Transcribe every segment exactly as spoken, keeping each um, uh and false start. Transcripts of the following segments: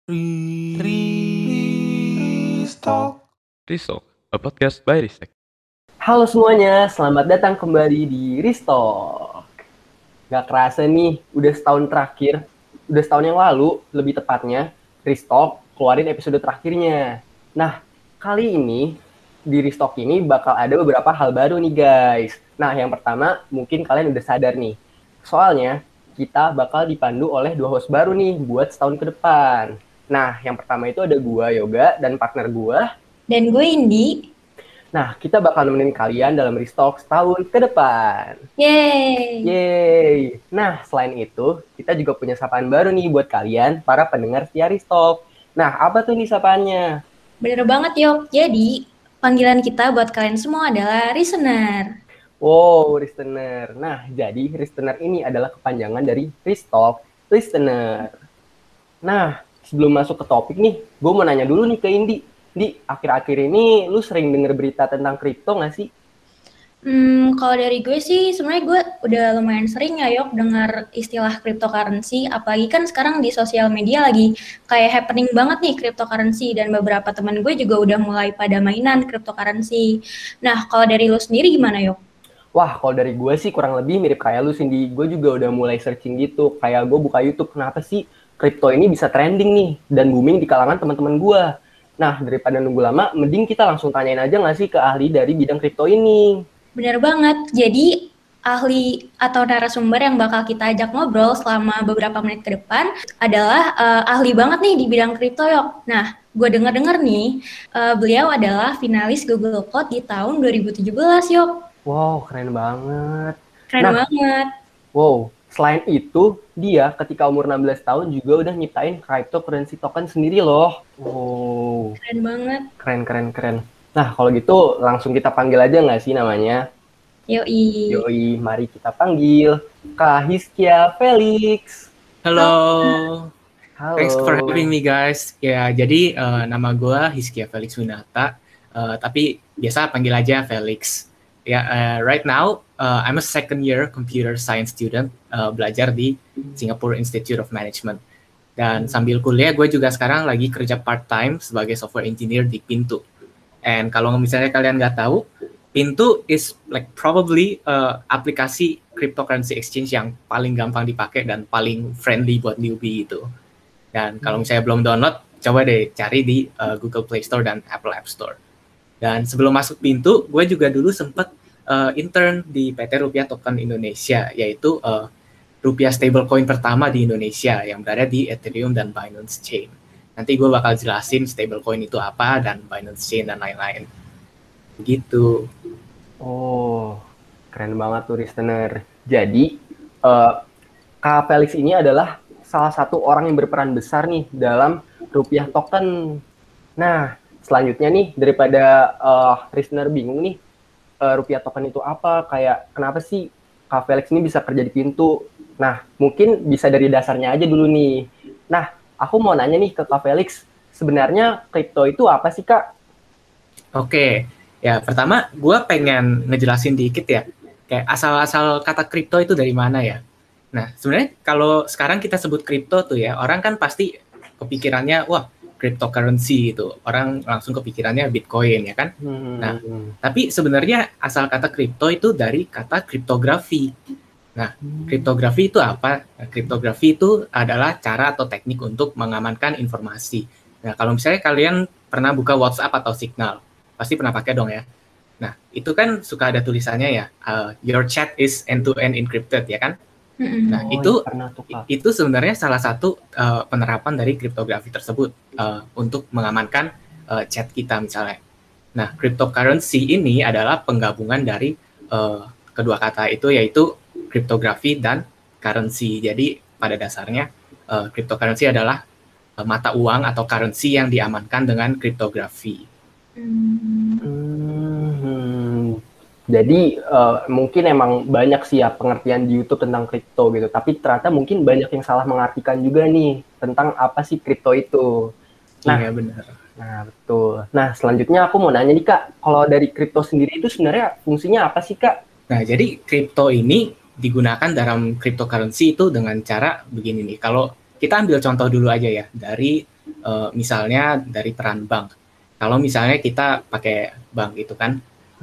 Ristok. Ristok, a podcast by Ristek. Halo semuanya, selamat datang kembali di Ristok. Gak kerasa nih, udah setahun terakhir, udah setahun yang lalu, lebih tepatnya, Ristok keluarin episode terakhirnya. Nah, kali ini, di Ristok ini bakal ada beberapa hal baru nih guys. Nah, yang pertama, mungkin kalian udah sadar nih. Soalnya, kita bakal dipandu oleh dua host baru nih, buat setahun ke depan. Nah, yang pertama itu ada gua, Yoga, dan partner gua. Dan gue Indi. Nah, kita bakal nemenin kalian dalam Ristok setahun ke depan. Yeay. Yeay. Nah, selain itu, kita juga punya sapaan baru nih buat kalian, para pendengar setia Ristok. Nah, apa tuh nih sapaannya? Bener banget, Yok. Jadi, panggilan kita buat kalian semua adalah listener. Wow, listener. Nah, jadi listener ini adalah kepanjangan dari Ristok Listener. Nah, sebelum masuk ke topik nih, gue mau nanya dulu nih ke Indi. Di akhir-akhir ini lu sering denger berita tentang kripto nggak sih? Hmm, kalau dari gue sih, sebenarnya gue udah lumayan sering ya, Yok, dengar istilah cryptocurrency. Apalagi kan sekarang di sosial media lagi kayak happening banget nih cryptocurrency. Dan beberapa teman gue juga udah mulai pada mainan cryptocurrency. Nah, kalau dari lu sendiri gimana, Yok? Wah, kalau dari gue sih kurang lebih mirip kayak lu, Cindy. Gue juga udah mulai searching gitu. Kayak gue buka YouTube, kenapa sih kripto ini bisa trending nih dan booming di kalangan teman-teman gue. Nah, daripada nunggu lama, mending kita langsung tanyain aja nggak sih ke ahli dari bidang kripto ini? Bener banget. Jadi, ahli atau narasumber yang bakal kita ajak ngobrol selama beberapa menit ke depan adalah uh, ahli banget nih di bidang kripto, Yok. Nah, gue denger-denger nih, uh, beliau adalah finalis Google Cloud di tahun dua ribu tujuh belas, Yok. Wow, keren banget. Keren nah, banget. Wow, selain itu, dia ketika umur enam belas tahun juga udah nyiptain cryptocurrency token sendiri loh. Wow. Keren banget. Keren, keren, keren. Nah, kalau gitu langsung kita panggil aja nggak sih namanya? Yoi. Yoi, mari kita panggil Kak Hiskia Felix. Halo. Halo. Thanks for having me guys. Ya, jadi uh, nama gue Hiskia Felix Winata, uh, tapi biasa panggil aja Felix. Ya, uh, right now uh, I'm a second year computer science student, uh, belajar di Singapore Institute of Management. Dan sambil kuliah gue juga sekarang lagi kerja part time sebagai software engineer di Pintu. And kalau misalnya kalian nggak tahu, Pintu is like probably uh, aplikasi cryptocurrency exchange yang paling gampang dipakai dan paling friendly buat newbie itu. Dan kalau misalnya belum download, coba deh cari di uh, Google Play Store dan Apple App Store. Dan sebelum masuk Pintu, gue juga dulu sempat uh, intern di P T Rupiah Token Indonesia, yaitu uh, rupiah stablecoin pertama di Indonesia yang berada di Ethereum dan Binance Chain. Nanti gue bakal jelasin stablecoin itu apa dan Binance Chain dan lain-lain. Begitu. Oh, keren banget tuh listener. Jadi, uh, Kak Felix ini adalah salah satu orang yang berperan besar nih dalam rupiah token. Nah, selanjutnya nih, daripada uh, listener bingung nih, uh, rupiah token itu apa, kayak kenapa sih Kak Felix ini bisa kerja di Pintu? Nah, mungkin bisa dari dasarnya aja dulu nih. Nah, aku mau nanya nih ke Kak Felix, sebenarnya kripto itu apa sih, Kak? Oke, ya pertama gue pengen ngejelasin dikit ya, kayak asal-asal kata kripto itu dari mana ya. Nah, sebenarnya kalau sekarang kita sebut kripto tuh ya, orang kan pasti kepikirannya, wah, cryptocurrency itu. Orang langsung kepikirannya Bitcoin, ya kan? Hmm. Nah, tapi sebenarnya asal kata kripto itu dari kata kriptografi. Nah, kriptografi itu apa? Nah, kriptografi itu adalah cara atau teknik untuk mengamankan informasi. Nah, kalau misalnya kalian pernah buka WhatsApp atau Signal, pasti pernah pakai dong ya. Nah, itu kan suka ada tulisannya ya, uh, your chat is end-to-end encrypted, ya kan? Nah, oh, itu tuh, itu sebenarnya salah satu uh, penerapan dari kriptografi tersebut uh, untuk mengamankan uh, chat kita misalnya. Nah, cryptocurrency ini adalah penggabungan dari uh, kedua kata itu, yaitu kriptografi dan currency. Jadi pada dasarnya uh, cryptocurrency adalah uh, mata uang atau currency yang diamankan dengan kriptografi. Hmm. Hmm. Jadi uh, mungkin emang banyak sih ya pengertian di YouTube tentang kripto gitu. Tapi ternyata mungkin banyak yang salah mengartikan juga nih tentang apa sih kripto itu. Nah, iya benar. Nah betul. Nah selanjutnya aku mau nanya nih Kak, kalau dari kripto sendiri itu sebenarnya fungsinya apa sih Kak? Nah jadi kripto ini digunakan dalam cryptocurrency itu dengan cara begini nih. Kalau kita ambil contoh dulu aja ya dari uh, misalnya dari peran bank. Kalau misalnya kita pakai bank gitu kan,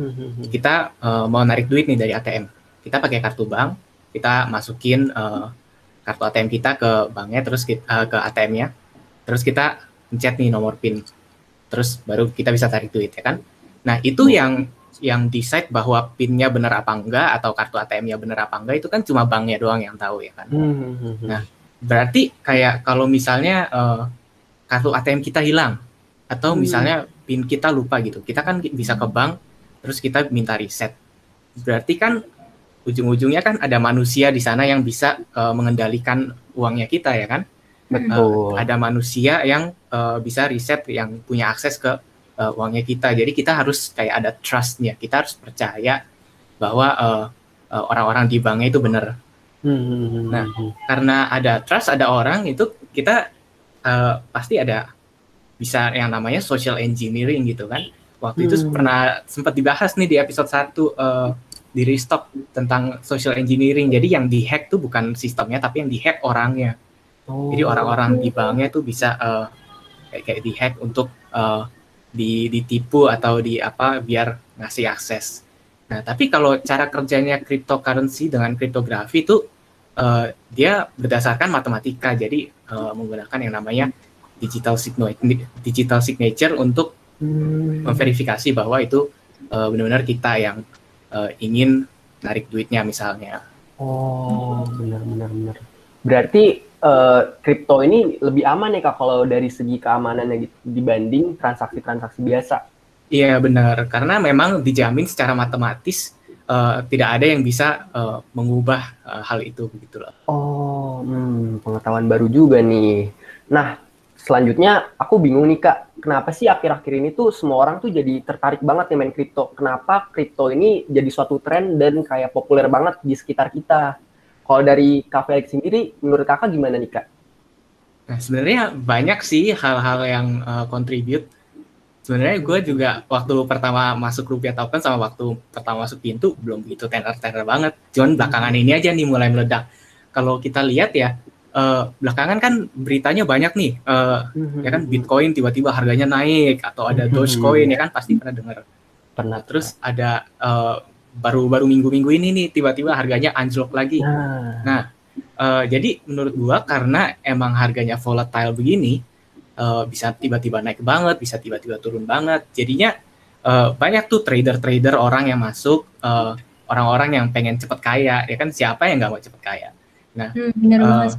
kita uh, mau narik duit nih dari A T M, kita pakai kartu bank, kita masukin uh, kartu A T M kita ke banknya, terus kita, uh, ke A T M-nya, terus kita pencet nih nomor PIN, terus baru kita bisa tarik duit ya kan. Nah itu hmm. yang yang decide bahwa PIN-nya benar apa enggak atau kartu A T M-nya benar apa enggak itu kan cuma banknya doang yang tahu ya kan. Hmm. Nah berarti kayak kalau misalnya uh, kartu A T M kita hilang atau hmm. misalnya PIN kita lupa gitu, kita kan bisa ke bank terus kita minta reset. Berarti kan ujung-ujungnya kan ada manusia di sana yang bisa uh, mengendalikan uangnya kita ya kan. Betul. Uh, ada manusia yang uh, bisa reset, yang punya akses ke uh, uangnya kita. Jadi kita harus kayak ada trust-nya. Kita harus percaya bahwa uh, uh, orang-orang di banknya itu benar. Hmm. Nah, karena ada trust, ada orang itu kita uh, pasti ada bisa yang namanya social engineering gitu kan. Waktu hmm. itu pernah sempat dibahas nih di episode satu uh, di Restock tentang social engineering. Jadi yang dihack tuh bukan sistemnya, tapi yang dihack orangnya. Oh. Jadi orang-orang di banknya tuh bisa uh, kayak, kayak dihack untuk uh, di, ditipu atau di apa biar ngasih akses. Nah, tapi kalau cara kerjanya cryptocurrency dengan kriptografi itu uh, dia berdasarkan matematika. Jadi uh, menggunakan yang namanya digital signature, digital signature untuk hmm. memverifikasi bahwa itu uh, benar-benar kita yang uh, ingin narik duitnya misalnya. Oh, benar-benar. Berarti kripto uh, ini lebih aman ya Kak kalau dari segi keamanannya gitu, dibanding transaksi-transaksi biasa? Iya benar, karena memang dijamin secara matematis uh, tidak ada yang bisa uh, mengubah uh, hal itu begitu loh. Oh, hmm, pengetahuan baru juga nih. Nah, selanjutnya aku bingung nih Kak, kenapa sih akhir-akhir ini tuh semua orang tuh jadi tertarik banget nih main kripto? Kenapa kripto ini jadi suatu tren dan kayak populer banget di sekitar kita? Kalau dari Kak Felix sendiri, menurut Kakak gimana nih Kak? Nah sebenarnya banyak sih hal-hal yang uh, contribute. Sebenarnya gue juga waktu pertama masuk Rupiah Token sama waktu pertama masuk pintu belum begitu tenar-tenar banget. Cuman belakangan ini aja nih mulai meledak. Kalau kita lihat ya, uh, belakangan kan beritanya banyak nih. Uh, ya kan Bitcoin tiba-tiba harganya naik atau ada Dogecoin ya kan pasti pernah dengar. Pernah. Terus ada uh, baru-baru minggu-minggu ini nih tiba-tiba harganya anjlok lagi. Nah, nah uh, jadi menurut gua karena emang harganya volatile begini, uh, bisa tiba-tiba naik banget, bisa tiba-tiba turun banget. Jadinya uh, banyak tuh trader-trader orang yang masuk, uh, orang-orang yang pengen cepet kaya, ya kan siapa yang nggak mau cepet kaya. Nah, hmm, bener uh, banget.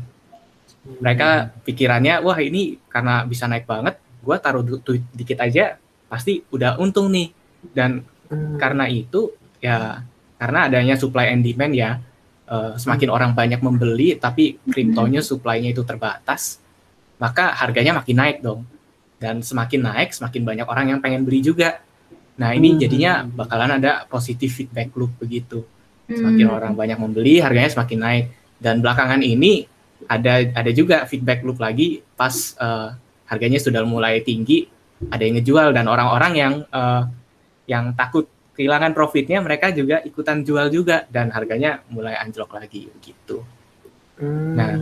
Mereka pikirannya, wah ini karena bisa naik banget, gua taruh duit dikit aja pasti udah untung nih. Dan hmm. karena itu ya karena adanya supply and demand ya, uh, semakin hmm. orang banyak membeli tapi kriptonya supply-nya itu terbatas, maka harganya makin naik dong. Dan semakin naik, semakin banyak orang yang pengen beli juga. Nah ini hmm. jadinya bakalan ada positive feedback loop begitu. Semakin hmm. orang banyak membeli, harganya semakin naik. Dan belakangan ini ada ada juga feedback loop lagi pas uh, harganya sudah mulai tinggi, ada yang ngejual dan orang-orang yang uh, yang takut kehilangan profitnya, mereka juga ikutan jual juga dan harganya mulai anjlok lagi gitu. Hmm. Nah,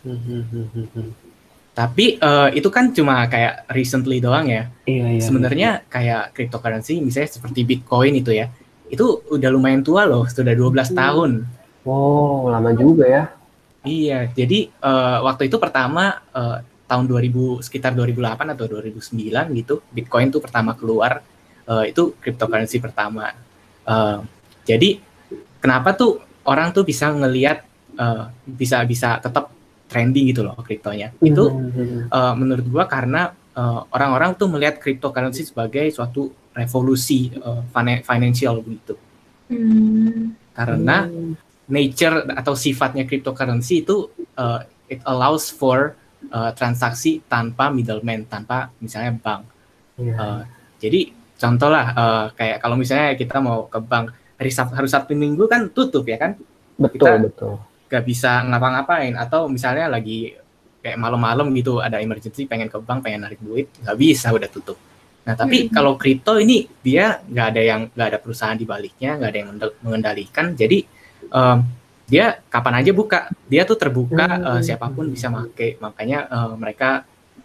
tapi uh, itu kan cuma kayak recently doang ya. Iya, iya, sebenarnya iya. Kayak cryptocurrency misalnya seperti Bitcoin itu ya, itu udah lumayan tua loh, sudah dua belas hmm. tahun. Wow, lama juga ya. Iya, jadi uh, waktu itu pertama uh, tahun dua ribu sekitar dua ribu delapan atau dua ribu sembilan gitu, Bitcoin tuh pertama keluar. Uh, itu cryptocurrency pertama. Uh, jadi kenapa tuh orang tuh bisa ngelihat uh, bisa bisa tetap trending gitu loh kriptonya. Mm-hmm. Itu uh, menurut gua karena uh, orang-orang tuh melihat cryptocurrency sebagai suatu revolusi uh, financial begitu. Mm-hmm. Karena nature atau sifatnya cryptocurrency itu uh, it allows for uh, transaksi tanpa middleman, tanpa misalnya bank. Yeah. Uh, jadi contoh lah, uh, kayak kalau misalnya kita mau ke bank hari Sabtu, hari Sabtu Minggu kan tutup ya kan? Betul, kita betul. Gak bisa ngapa-ngapain. Atau misalnya lagi kayak malam-malam gitu, ada emergency pengen ke bank, pengen narik duit, gak bisa, udah tutup. Nah tapi hmm. kalau kripto ini dia gak ada yang, gak ada perusahaan di baliknya, gak ada yang mengendalikan. Jadi um, dia kapan aja buka, dia tuh terbuka, hmm. uh, siapapun bisa pakai. Makanya uh, mereka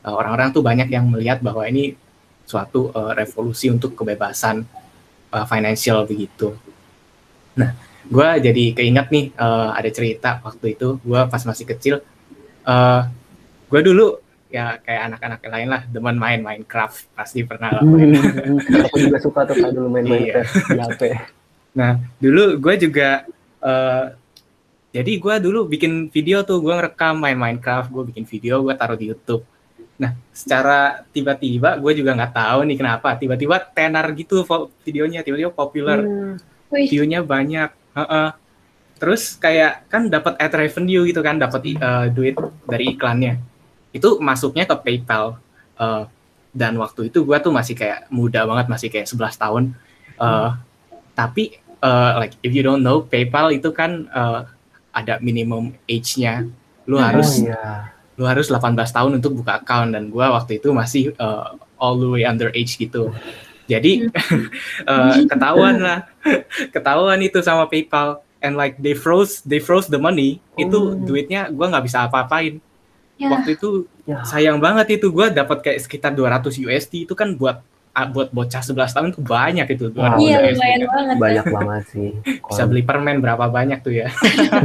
uh, orang-orang tuh banyak yang melihat bahwa ini suatu uh, revolusi untuk kebebasan uh, financial begitu. Nah, gue jadi keinget nih uh, ada cerita waktu itu gue pas masih kecil. Uh, gue dulu ya kayak anak-anak yang lain lah, demen main Minecraft, pasti pernah lah main. Hmm, aku juga suka tuh kalau dulu main Iya. Minecraft di H P. Nah, dulu gue juga, uh, jadi gue dulu bikin video tuh, gue ngerekam main Minecraft, gue bikin video, gue taruh di YouTube. Nah, secara tiba-tiba, gue juga nggak tahu nih kenapa, tiba-tiba tenar gitu vo- videonya, tiba-tiba populer, Hmm, Wih, view-nya banyak. Heeh. Terus kayak kan dapat ad revenue gitu kan, dapat uh, duit dari iklannya. Itu masuknya ke PayPal. Uh, dan waktu itu gue tuh masih kayak muda banget, masih kayak sebelas tahun. Uh, tapi uh, like if you don't know, PayPal itu kan uh, ada minimum age-nya. Lu Hmm. oh harus iya. lu harus delapan belas tahun untuk buka account, dan gue waktu itu masih uh, all the way under age gitu. Jadi uh, ketahuan lah, ketahuan itu sama PayPal, and like they froze, they froze the money. Itu Oh. duitnya gue nggak bisa apa-apain. ya, Waktu itu Ya. sayang banget itu, gue dapat kayak sekitar dua ratus U S D, itu kan buat ah, buat bocah sebelas tahun tuh banyak itu Wow. dua ratus iya U S D lumayan kan. banget. Banyak banget sih. Bisa beli permen berapa banyak tuh ya.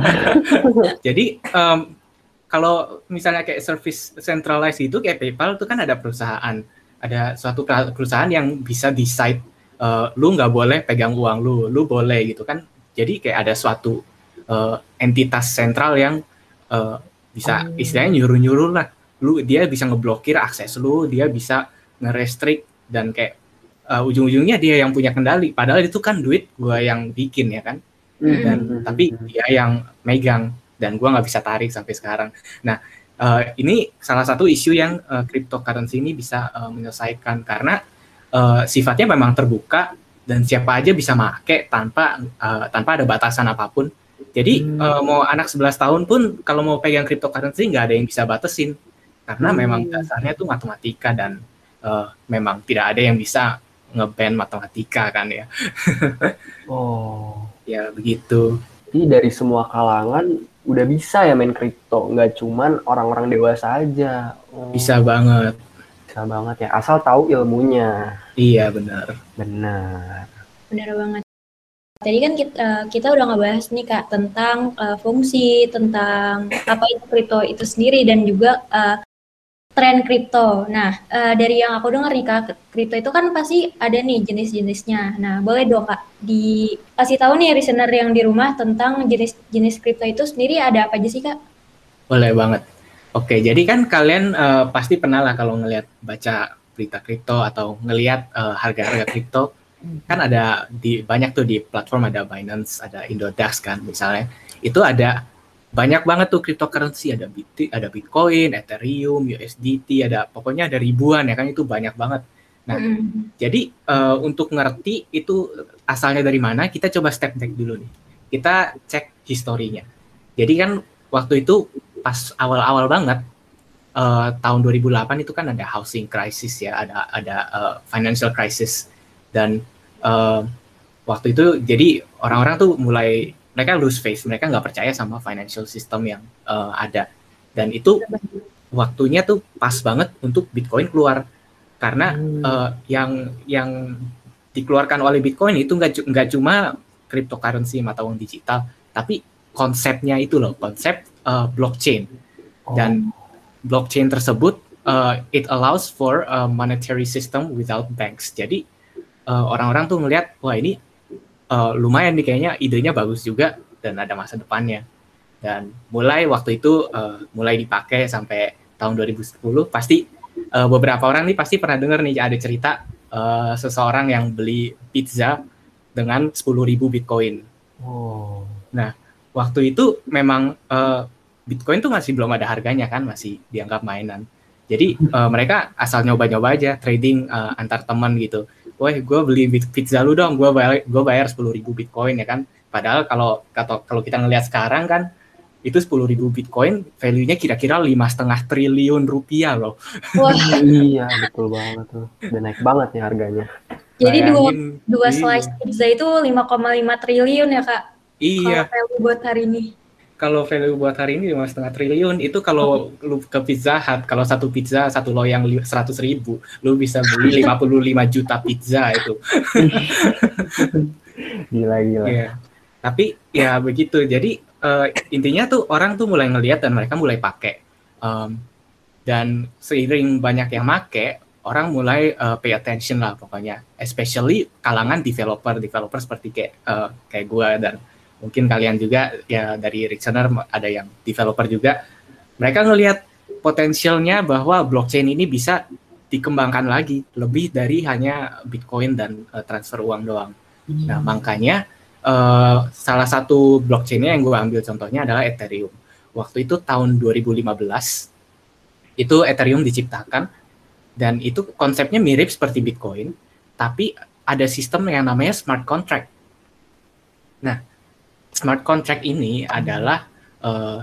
Jadi em, kalau misalnya kayak service centralized itu kayak PayPal itu kan ada perusahaan, ada suatu per- perusahaan yang bisa decide eh, lu nggak boleh pegang uang lu, lu boleh gitu kan. Jadi kayak ada suatu eh, entitas sentral yang eh, bisa Oh. istilahnya nyuruh-nyuruh lah. Lu dia bisa ngeblokir akses lu, dia bisa nge-restrict, dan kayak eh, ujung-ujungnya dia yang punya kendali. Padahal itu kan duit gua yang bikin ya kan. Hmm, Dan hmm, tapi hmm. dia yang megang, dan gue nggak bisa tarik sampai sekarang. Nah, eh, ini salah satu isu yang eh, cryptocurrency ini bisa eh, menyelesaikan, karena eh, sifatnya memang terbuka dan siapa aja bisa make tanpa eh, tanpa ada batasan apapun. Jadi Hmm. eh, mau anak sebelas tahun pun kalau mau pegang cryptocurrency nggak ada yang bisa batasin, karena Hmm. memang dasarnya itu matematika, dan eh, memang tidak ada yang bisa nge-ban matematika kan ya. Oh. Ya begitu. Jadi dari semua kalangan udah bisa ya main kripto, nggak cuman orang-orang dewasa aja. Oh, Bisa banget. bisa banget ya, asal tahu ilmunya. Iya benar. Benar. benar banget. Tadi kan kita, kita udah ngebahas nih Kak tentang uh, fungsi, tentang apa itu kripto itu sendiri, dan juga uh, tren kripto. Nah, uh, dari yang aku dengar nih Kak, kripto itu kan pasti ada nih jenis-jenisnya. Nah, boleh dong Kak dikasih tahu nih listener yang di rumah tentang jenis-jenis kripto itu sendiri ada apa aja sih Kak? Boleh banget. Oke, jadi kan kalian eh, pasti pernah lah kalau ngelihat baca berita kripto atau ngelihat eh, harga-harga kripto, kan ada di banyak tuh di platform, ada Binance, ada Indodax kan misalnya. Itu ada banyak banget tuh cryptocurrency, ada Bit- ada Bitcoin, Ethereum, U S D T, ada pokoknya ada ribuan ya kan, itu banyak banget. Nah, Mm. jadi eh, untuk ngerti itu asalnya dari mana, kita coba step back dulu nih. Kita cek historinya. Jadi kan waktu itu pas awal-awal banget eh, tahun dua ribu delapan itu kan ada housing crisis ya, ada ada eh, financial crisis, dan eh, waktu itu jadi orang-orang tuh mulai mereka lose faith, mereka nggak percaya sama financial system yang eh, ada, dan itu waktunya tuh pas banget untuk Bitcoin keluar, karena Hmm. eh, yang yang dikeluarkan oleh Bitcoin itu nggak cu- nggak cuma cryptocurrency, mata uang digital, tapi konsepnya itu loh, konsep eh, blockchain. Dan blockchain tersebut uh, it allows for a monetary system without banks. Jadi uh, orang-orang tuh ngelihat, wah ini uh, lumayan nih, kayaknya idenya bagus juga dan ada masa depannya. Dan mulai waktu itu uh, mulai dipakai sampai tahun dua ribu sepuluh, pasti uh, beberapa orang nih pasti pernah dengar nih ada cerita uh, seseorang yang beli pizza dengan sepuluh ribu Bitcoin. Oh. Nah, waktu itu memang uh, Bitcoin tuh masih belum ada harganya kan, masih dianggap mainan. Jadi uh, mereka asal nyoba-nyoba aja, trading uh, antar teman gitu. Wah, gue beli pizza lu dong, gue bayar gue bayar sepuluh ribu Bitcoin ya kan. Padahal kalau kalau kita ngelihat sekarang kan, itu sepuluh ribu Bitcoin value-nya kira-kira lima setengah triliun rupiah loh. Wah, Iya, betul banget tuh. Udah naik banget nih harganya. jadi dua, Bayangin, dua iya. slice pizza itu lima koma lima triliun ya Kak? Iya. Kalau value buat hari ini. kalau value buat hari ini lima setengah triliun itu kalau lu ke Pizza Hut, kalau satu pizza satu loyang seratus ribu, lu bisa beli lima puluh lima juta pizza itu. Gila gila. Iya. Tapi ya begitu. Jadi uh, intinya tuh orang tuh mulai ngelihat dan mereka mulai pakai. Um, dan seiring banyak yang make, orang mulai uh, pay attention lah pokoknya. Especially kalangan developer, developer seperti kayak uh, kayak gue dan mungkin kalian juga ya dari listener ada yang developer juga. Mereka ngelihat potensialnya bahwa blockchain ini bisa dikembangkan lagi lebih dari hanya Bitcoin dan uh, transfer uang doang. Hmm. Nah makanya uh, salah satu blockchainnya yang gue ambil contohnya adalah Ethereum. Waktu itu tahun dua ribu lima belas itu Ethereum diciptakan dan itu konsepnya mirip seperti Bitcoin, tapi ada sistem yang namanya smart contract. Nah smart contract ini adalah uh,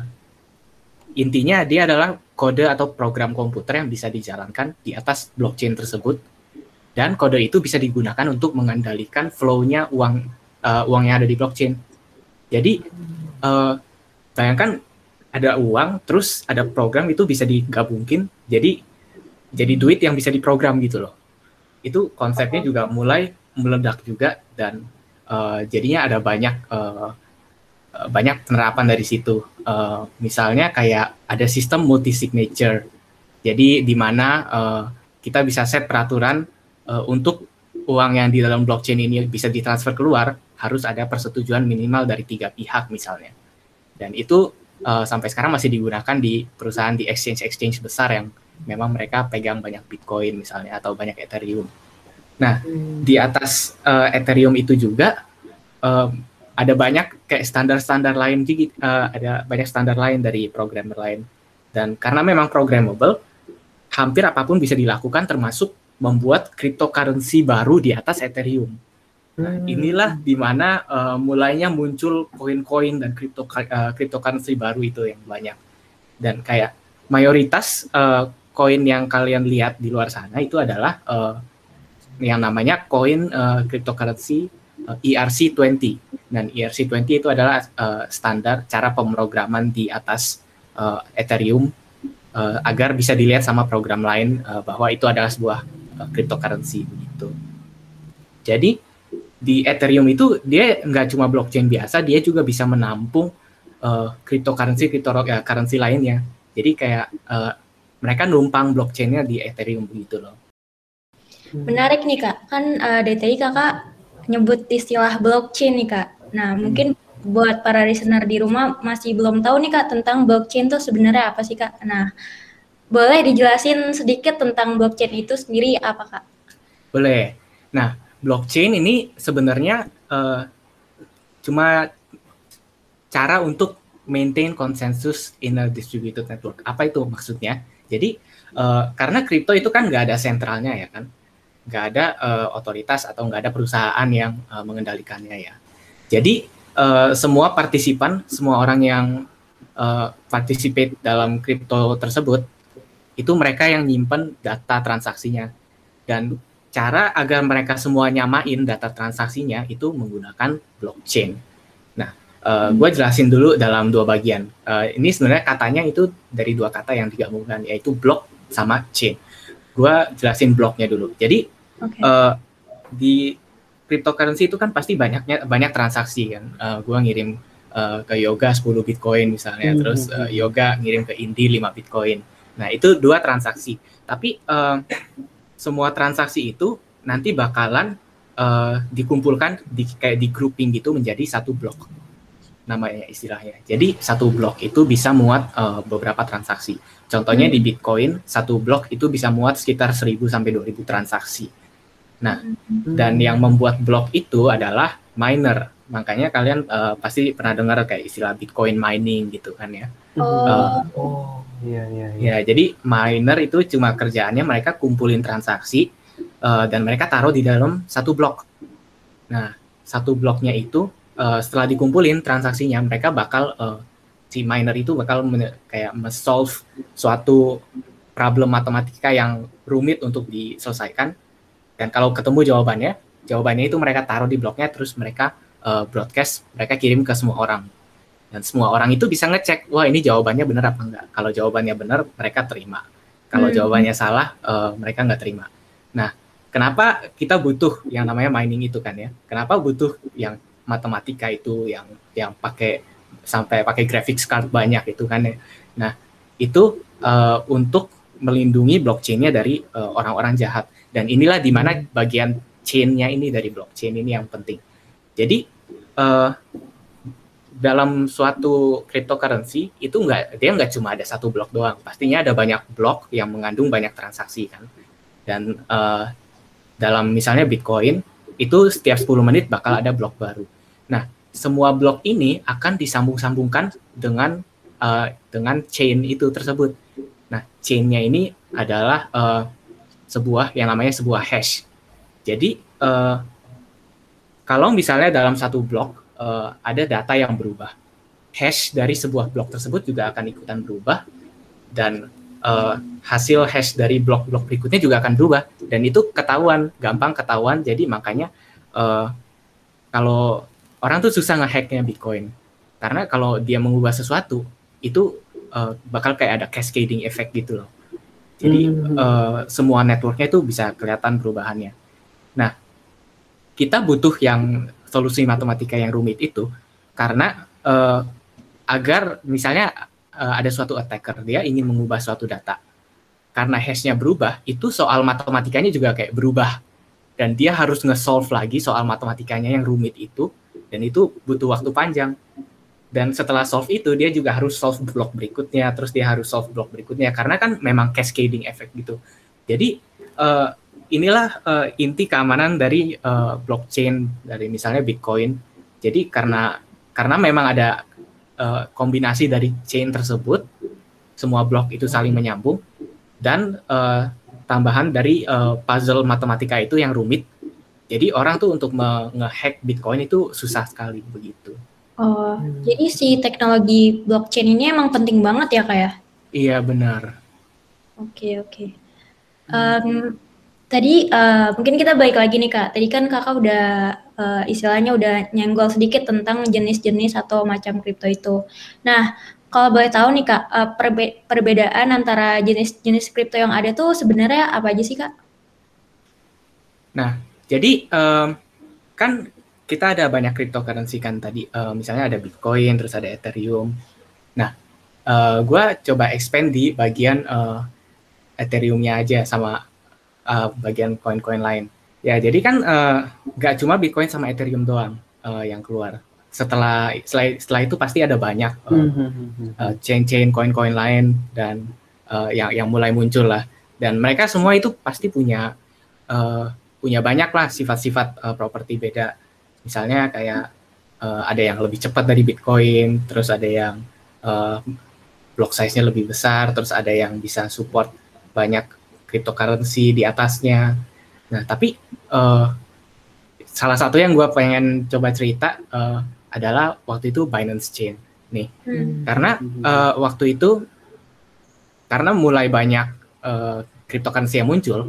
intinya dia adalah kode atau program komputer yang bisa dijalankan di atas blockchain tersebut dan kode itu bisa digunakan untuk mengendalikan flow-nya uang uh, uang yang ada di blockchain. Jadi uh, bayangkan ada uang terus ada program itu bisa digabungin jadi jadi duit yang bisa diprogram gitu loh. Itu konsepnya juga mulai meledak juga dan uh, jadinya ada banyak uh, banyak penerapan dari situ. Uh, misalnya kayak ada sistem multi signature. Jadi di mana uh, kita bisa set peraturan uh, untuk uang yang di dalam blockchain ini bisa ditransfer keluar harus ada persetujuan minimal dari tiga pihak misalnya. Dan itu uh, sampai sekarang masih digunakan di perusahaan di exchange-exchange besar yang memang mereka pegang banyak Bitcoin misalnya atau banyak Ethereum. Nah, di atas uh, Ethereum itu juga uh, ada banyak kayak standar-standar lain juga, uh, ada banyak standar lain dari programmer lain. Dan karena memang programmable, hampir apapun bisa dilakukan termasuk membuat cryptocurrency baru di atas Ethereum. Nah, inilah di mana uh, mulainya muncul koin-koin dan crypto uh, cryptocurrency baru itu yang banyak. Dan kayak mayoritas uh, koin yang kalian lihat di luar sana itu adalah uh, yang namanya koin uh, cryptocurrency uh, E R C dua puluh. Dan E R C dua puluh itu adalah uh, standar cara pemrograman di atas uh, Ethereum uh, agar bisa dilihat sama program lain uh, bahwa itu adalah sebuah uh, cryptocurrency begitu. Jadi di Ethereum itu dia nggak cuma blockchain biasa, dia juga bisa menampung uh, cryptocurrency cryptocurrency lainnya. Jadi kayak uh, mereka numpang blockchainnya di Ethereum begitu loh. Menarik nih Kak, kan uh, dari tadi Kakak nyebut istilah blockchain nih Kak. Nah, mungkin buat para listener di rumah masih belum tahu nih Kak tentang blockchain itu sebenarnya apa sih Kak? Nah, boleh dijelasin sedikit tentang blockchain itu sendiri apa Kak? Boleh. Nah, blockchain ini sebenarnya uh, cuma cara untuk maintain consensus in a distributed network. Apa itu maksudnya? Jadi, uh, karena kripto itu kan nggak ada sentralnya ya kan? Nggak ada uh, otoritas atau nggak ada perusahaan yang uh, mengendalikannya ya. Jadi uh, semua partisipan, semua orang yang uh, participate dalam kripto tersebut, itu mereka yang nyimpen data transaksinya. Dan cara agar mereka semua nyamain data transaksinya itu menggunakan blockchain. Nah, uh, gue jelasin dulu dalam dua bagian. Uh, ini sebenarnya katanya itu dari dua kata yang digabungkan, yaitu block sama chain. Gue jelasin blocknya dulu. Jadi okay. uh, di cryptocurrency itu kan pasti banyaknya banyak transaksi kan. Uh, gue ngirim uh, ke Yoga sepuluh Bitcoin misalnya, mm-hmm. terus uh, Yoga ngirim ke Indi lima Bitcoin. Nah itu dua transaksi. Tapi uh, semua transaksi itu nanti bakalan uh, dikumpulkan di kayak di grouping gitu menjadi satu blok. Namanya istilahnya. Jadi satu blok itu bisa muat uh, beberapa transaksi. Contohnya hmm. di Bitcoin, satu blok itu bisa muat sekitar seribu sampai dua ribu transaksi. Nah, hmm. dan yang membuat blok itu adalah miner. Makanya kalian uh, pasti pernah dengar kayak istilah Bitcoin mining gitu kan ya. Oh, uh, oh iya, iya, iya. Ya, jadi miner itu cuma kerjaannya mereka kumpulin transaksi uh, dan mereka taruh di dalam satu blok. Nah, satu bloknya itu Uh, setelah dikumpulin transaksinya, mereka bakal uh, si miner itu bakal men- kayak me-solve suatu problem matematika yang rumit untuk diselesaikan. Dan kalau ketemu jawabannya, jawabannya itu mereka taruh di bloknya, terus mereka uh, broadcast, mereka kirim ke semua orang. Dan semua orang itu bisa ngecek, wah ini jawabannya benar apa enggak. Kalau jawabannya benar, mereka terima. Kalau Hmm. jawabannya salah, uh, mereka nggak terima. Nah, kenapa kita butuh yang namanya mining itu kan ya? Kenapa butuh yang matematika itu, yang yang pakai sampai pakai graphics card banyak itu kan ya? Nah, itu uh, untuk melindungi blockchain-nya dari uh, orang-orang jahat. Dan inilah di mana bagian chain-nya ini dari blockchain ini yang penting. Jadi uh, dalam suatu cryptocurrency itu enggak, dia nggak cuma ada satu blok doang. Pastinya ada banyak blok yang mengandung banyak transaksi kan. Dan uh, dalam misalnya Bitcoin itu setiap sepuluh menit bakal ada blok baru. Nah, semua blok ini akan disambung-sambungkan dengan uh, dengan chain itu tersebut. Nah, chain-nya ini adalah uh, sebuah yang namanya sebuah hash. Jadi uh, kalau misalnya dalam satu blok uh, ada data yang berubah, hash dari sebuah blok tersebut juga akan ikutan berubah, dan uh, hasil hash dari blok-blok berikutnya juga akan berubah, dan itu ketahuan, gampang ketahuan. Jadi makanya uh, kalau orang tuh susah ngehacknya Bitcoin, karena kalau dia mengubah sesuatu itu uh, bakal kayak ada cascading effect gitu loh. Jadi hmm. uh, semua networknya itu bisa kelihatan perubahannya. Nah, kita butuh yang solusi matematika yang rumit itu karena uh, agar misalnya uh, ada suatu attacker, dia ingin mengubah suatu data. Karena hash-nya berubah, itu soal matematikanya juga kayak berubah. Dan dia harus nge-solve lagi soal matematikanya yang rumit itu, dan itu butuh waktu panjang. Dan setelah solve itu, dia juga harus solve blok berikutnya, terus dia harus solve blok berikutnya, karena kan memang cascading effect gitu. Jadi, uh, inilah uh, inti keamanan dari uh, blockchain, dari misalnya Bitcoin. Jadi, karena karena memang ada uh, kombinasi dari chain tersebut, semua blok itu saling menyambung, dan uh, tambahan dari uh, puzzle matematika itu yang rumit. Jadi, orang tuh untuk nge-hack Bitcoin itu susah sekali, begitu. Oh, hmm. Jadi si teknologi blockchain ini emang penting banget ya Kak ya? Iya, benar. Oke, oke. Um, tadi uh, mungkin kita balik lagi nih Kak. Tadi kan Kakak udah uh, istilahnya udah nyenggol sedikit tentang jenis-jenis atau macam kripto itu. Nah, kalau boleh tahu nih Kak, uh, perbe- perbedaan antara jenis-jenis kripto yang ada tuh sebenarnya apa aja sih Kak? Nah, jadi um, kan kita ada banyak cryptocurrency kan tadi, uh, misalnya ada Bitcoin, terus ada Ethereum. Nah, uh, gue coba expand di bagian uh, Ethereum-nya aja sama uh, bagian koin-koin lain. Ya, jadi kan uh, gak cuma Bitcoin sama Ethereum doang uh, yang keluar. Setelah, setelah setelah itu pasti ada banyak uh, uh, chain-chain koin-koin lain dan uh, yang yang mulai muncul lah. Dan mereka semua itu pasti punya uh, punya banyak lah sifat-sifat uh, properti beda. Misalnya kayak uh, ada yang lebih cepat dari Bitcoin, terus ada yang uh, block size-nya lebih besar, terus ada yang bisa support banyak cryptocurrency di atasnya. Nah, tapi uh, salah satu yang gue pengen coba cerita uh, adalah waktu itu Binance Chain nih, hmm. karena uh, waktu itu karena mulai banyak uh, cryptocurrency yang muncul,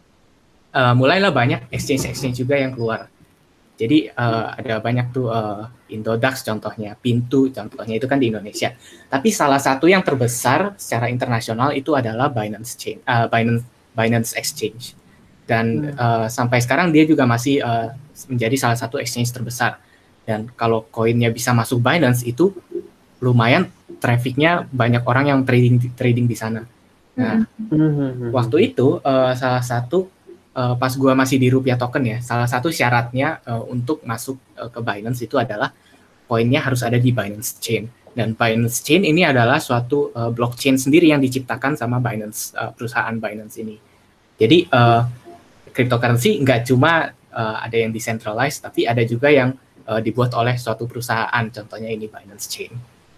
uh, mulailah banyak exchange-exchange juga yang keluar. Jadi uh, ada banyak tuh uh, Indodax contohnya, Pintu contohnya, itu kan di Indonesia. Tapi salah satu yang terbesar secara internasional itu adalah Binance Chain, uh, Binance Binance Exchange. Dan hmm. uh, sampai sekarang dia juga masih uh, menjadi salah satu exchange terbesar. Dan kalau koinnya bisa masuk Binance itu lumayan trafficnya, banyak orang yang trading trading di sana. Nah, hmm. waktu itu uh, salah satu Uh, pas gue masih di Rupiah Token ya, salah satu syaratnya uh, untuk masuk uh, ke Binance itu adalah koinnya harus ada di Binance Chain. Dan Binance Chain ini adalah suatu uh, blockchain sendiri yang diciptakan sama Binance, uh, perusahaan Binance ini. Jadi uh, cryptocurrency nggak cuma uh, ada yang decentralized, tapi ada juga yang uh, dibuat oleh suatu perusahaan, contohnya ini Binance Chain.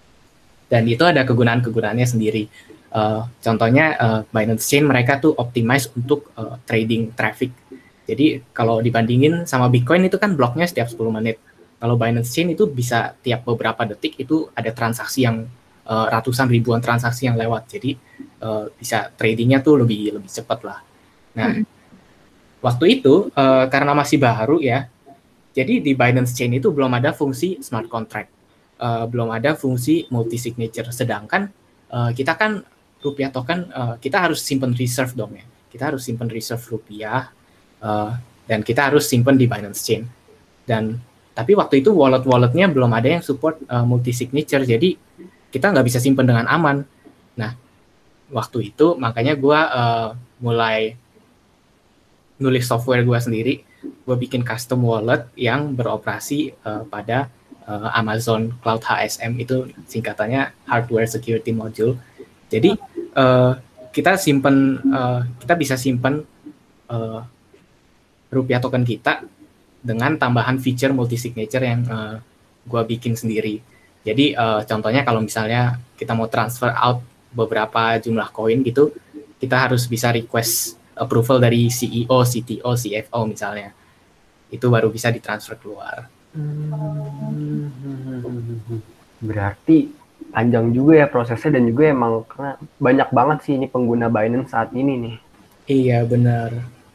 Dan itu ada kegunaan-kegunaannya sendiri. Uh, contohnya uh, Binance Chain mereka tuh optimize untuk uh, trading traffic. Jadi kalau dibandingin sama Bitcoin itu kan bloknya setiap sepuluh menit. Kalau Binance Chain itu bisa tiap beberapa detik itu ada transaksi yang uh, ratusan ribuan transaksi yang lewat. Jadi uh, bisa tradingnya tuh lebih lebih cepat lah. Nah, hmm. waktu itu uh, karena masih baru ya, jadi di Binance Chain itu belum ada fungsi smart contract. uh, belum ada fungsi multi signature. Sedangkan uh, kita kan rupiah token, uh, kita harus simpen reserve dong ya. Kita harus simpen reserve rupiah uh, dan kita harus simpen di Binance Chain. Dan tapi waktu itu wallet-walletnya belum ada yang support uh, multi signature, jadi kita nggak bisa simpen dengan aman. Nah, waktu itu makanya gue uh, mulai nulis software gue sendiri. Gue bikin custom wallet yang beroperasi uh, pada uh, Amazon Cloud H S M, itu singkatannya Hardware Security Module. Jadi uh, kita simpen, uh, kita bisa simpen uh, rupiah token kita dengan tambahan feature multi signature yang uh, gue bikin sendiri. Jadi uh, contohnya kalau misalnya kita mau transfer out beberapa jumlah koin gitu, kita harus bisa request approval dari C E O, C T O, C F O misalnya. Itu baru bisa ditransfer keluar. Hmm. Berarti panjang juga ya prosesnya, dan juga emang karena banyak banget sih ini pengguna Binance saat ini nih. Iya benar.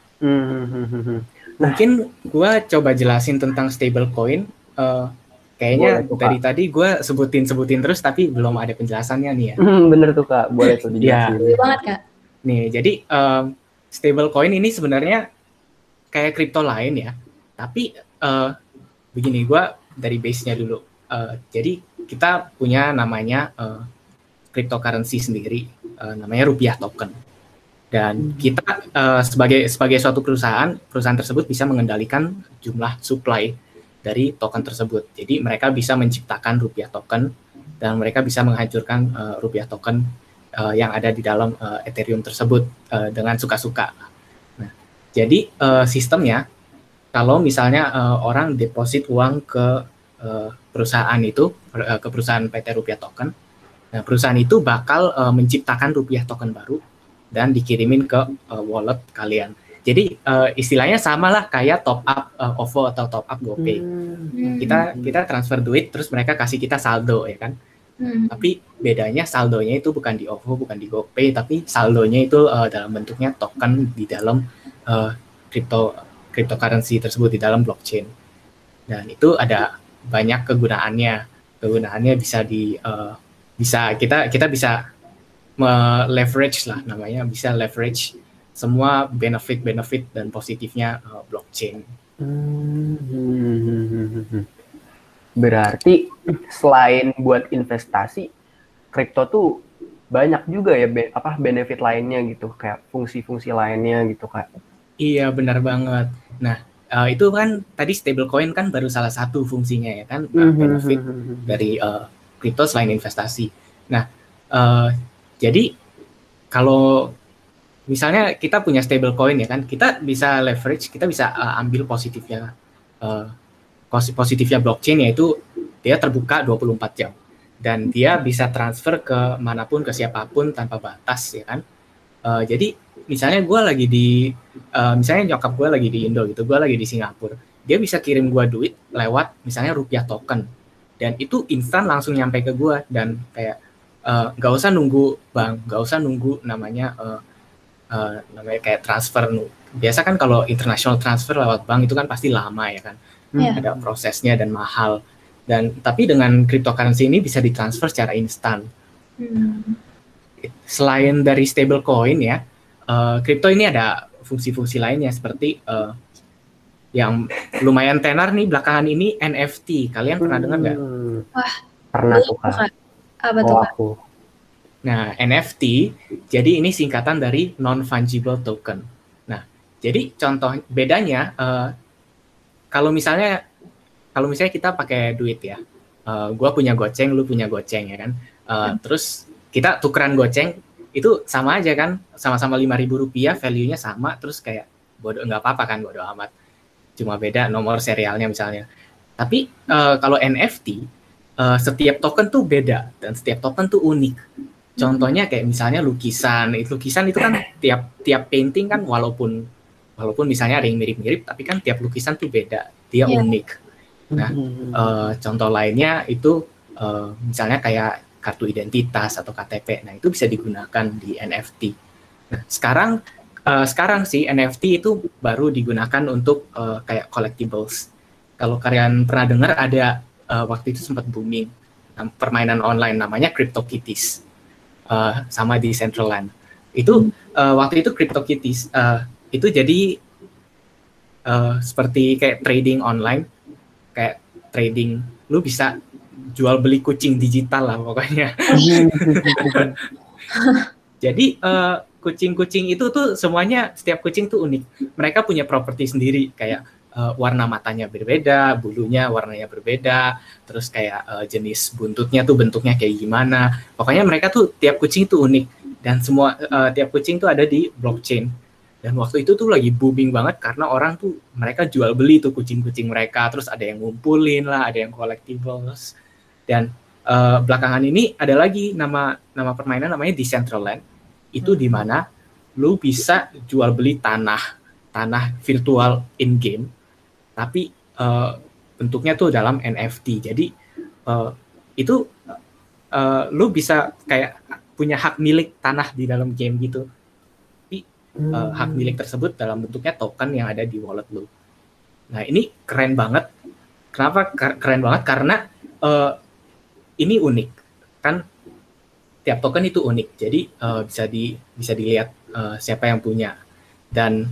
Hmm. Nah, mungkin gue coba jelasin tentang stablecoin. Uh, kayaknya tuh, dari tadi gue sebutin-sebutin terus, tapi belum ada penjelasannya nih ya. Hmm, bener tuh Kak, boleh tuh dijelasin. Seru banget Kak. Nih, jadi um, stablecoin ini sebenarnya kayak kripto lain ya. Tapi uh, begini, gue dari base-nya dulu. Uh, jadi kita punya namanya uh, cryptocurrency sendiri, uh, namanya rupiah token. Dan kita uh, sebagai sebagai suatu perusahaan, perusahaan tersebut bisa mengendalikan jumlah supply dari token tersebut. Jadi mereka bisa menciptakan rupiah token dan mereka bisa menghancurkan uh, rupiah token uh, yang ada di dalam uh, Ethereum tersebut uh, dengan suka-suka. Nah, jadi uh, sistemnya kalau misalnya uh, orang deposit uang ke uh, perusahaan itu, uh, ke perusahaan P T Rupiah Token, nah perusahaan itu bakal uh, menciptakan rupiah token baru dan dikirimin ke uh, wallet kalian. Jadi uh, istilahnya sama lah kayak top up uh, O V O atau top up GoPay. Hmm. Kita kita transfer duit terus mereka kasih kita saldo ya kan. Hmm. Tapi bedanya saldonya itu bukan di O V O, bukan di GoPay, tapi saldonya itu uh, dalam bentuknya token di dalam uh, crypto cryptocurrency tersebut, di dalam blockchain. Dan itu ada banyak kegunaannya. Kegunaannya bisa di uh, bisa kita kita bisa leverage lah namanya, bisa leverage semua benefit-benefit dan positifnya uh, blockchain. Hmm. Berarti selain buat investasi, kripto tuh banyak juga ya be- apa benefit lainnya gitu, kayak fungsi-fungsi lainnya gitu Kak. Iya benar banget. Nah uh, itu kan tadi stablecoin kan baru salah satu fungsinya ya kan, uh, benefit dari uh, kripto selain investasi. Nah uh, jadi kalau misalnya kita punya stablecoin ya kan, kita bisa leverage, kita bisa uh, ambil positifnya uh, positifnya blockchain, yaitu dia terbuka dua puluh empat jam dan dia bisa transfer ke manapun, ke siapapun tanpa batas ya kan. Uh, jadi misalnya gue lagi di uh, misalnya nyokap gue lagi di Indo gitu, gue lagi di Singapura, dia bisa kirim gue duit lewat misalnya rupiah token dan itu instan langsung nyampe ke gue, dan kayak nggak uh, usah nunggu bank, nggak usah nunggu namanya uh, uh, namanya kayak transfer. Biasa kan kalau international transfer lewat bank itu kan pasti lama ya kan, Yeah. ada prosesnya dan mahal. Dan tapi dengan cryptocurrency ini bisa ditransfer secara instan. Hmm. Selain dari stablecoin ya, uh, kripto ini ada fungsi-fungsi lainnya seperti uh, yang lumayan tenar nih belakangan ini, N F T. Kalian pernah dengar nggak? Wah, Pernah tuh Kak. Kak. Apa tuh Oh, Kak? aku. Nah, N F T, jadi ini singkatan dari non-fungible token. Nah, jadi contoh bedanya, uh, kalau misalnya kalau misalnya kita pakai duit ya, uh, gue punya goceng, lu punya goceng ya kan, uh, hmm. terus kita tukeran goceng, itu sama aja kan, sama-sama lima ribu rupiah, value-nya sama, terus kayak bodoh, nggak apa-apa kan, bodoh amat, cuma beda nomor serialnya misalnya. Tapi uh, kalau N F T, uh, setiap token tuh beda, dan setiap token tuh unik. Contohnya kayak misalnya lukisan, itu lukisan itu kan tiap tiap painting kan walaupun walaupun misalnya ada yang mirip-mirip, tapi kan tiap lukisan tuh beda, dia yeah. unik. Nah, uh, contoh lainnya itu uh, misalnya kayak kartu identitas atau K T P. Nah, itu bisa digunakan di N F T. Nah, sekarang uh, sekarang sih N F T itu baru digunakan untuk uh, kayak collectibles. Kalau kalian pernah dengar ada uh, waktu itu sempat booming permainan online namanya CryptoKitties uh, sama Decentraland. Itu uh, waktu itu CryptoKitties uh, itu jadi uh, seperti kayak trading online, kayak trading lu bisa jual beli kucing digital lah pokoknya. Jadi uh, kucing-kucing itu tuh semuanya, setiap kucing tuh unik. Mereka punya properti sendiri, kayak uh, warna matanya berbeda, bulunya warnanya berbeda, terus kayak uh, jenis buntutnya tuh bentuknya kayak gimana. Pokoknya mereka tuh tiap kucing tuh unik, dan semua uh, tiap kucing tuh ada di blockchain. Dan waktu itu tuh lagi booming banget karena orang tuh mereka jual beli tuh kucing-kucing mereka, terus ada yang ngumpulin lah, ada yang collectibles. Dan uh, belakangan ini ada lagi nama nama permainan namanya Decentraland. Itu di mana lu bisa jual beli tanah tanah virtual in game, tapi uh, bentuknya tuh dalam N F T. Jadi uh, itu uh, lu bisa kayak punya hak milik tanah di dalam game gitu. Tapi uh, hak milik tersebut dalam bentuknya token yang ada di wallet lu. Nah, ini keren banget. Kenapa keren banget? Karena uh, ini unik kan. Tiap token itu unik, jadi uh, bisa di bisa dilihat uh, siapa yang punya, dan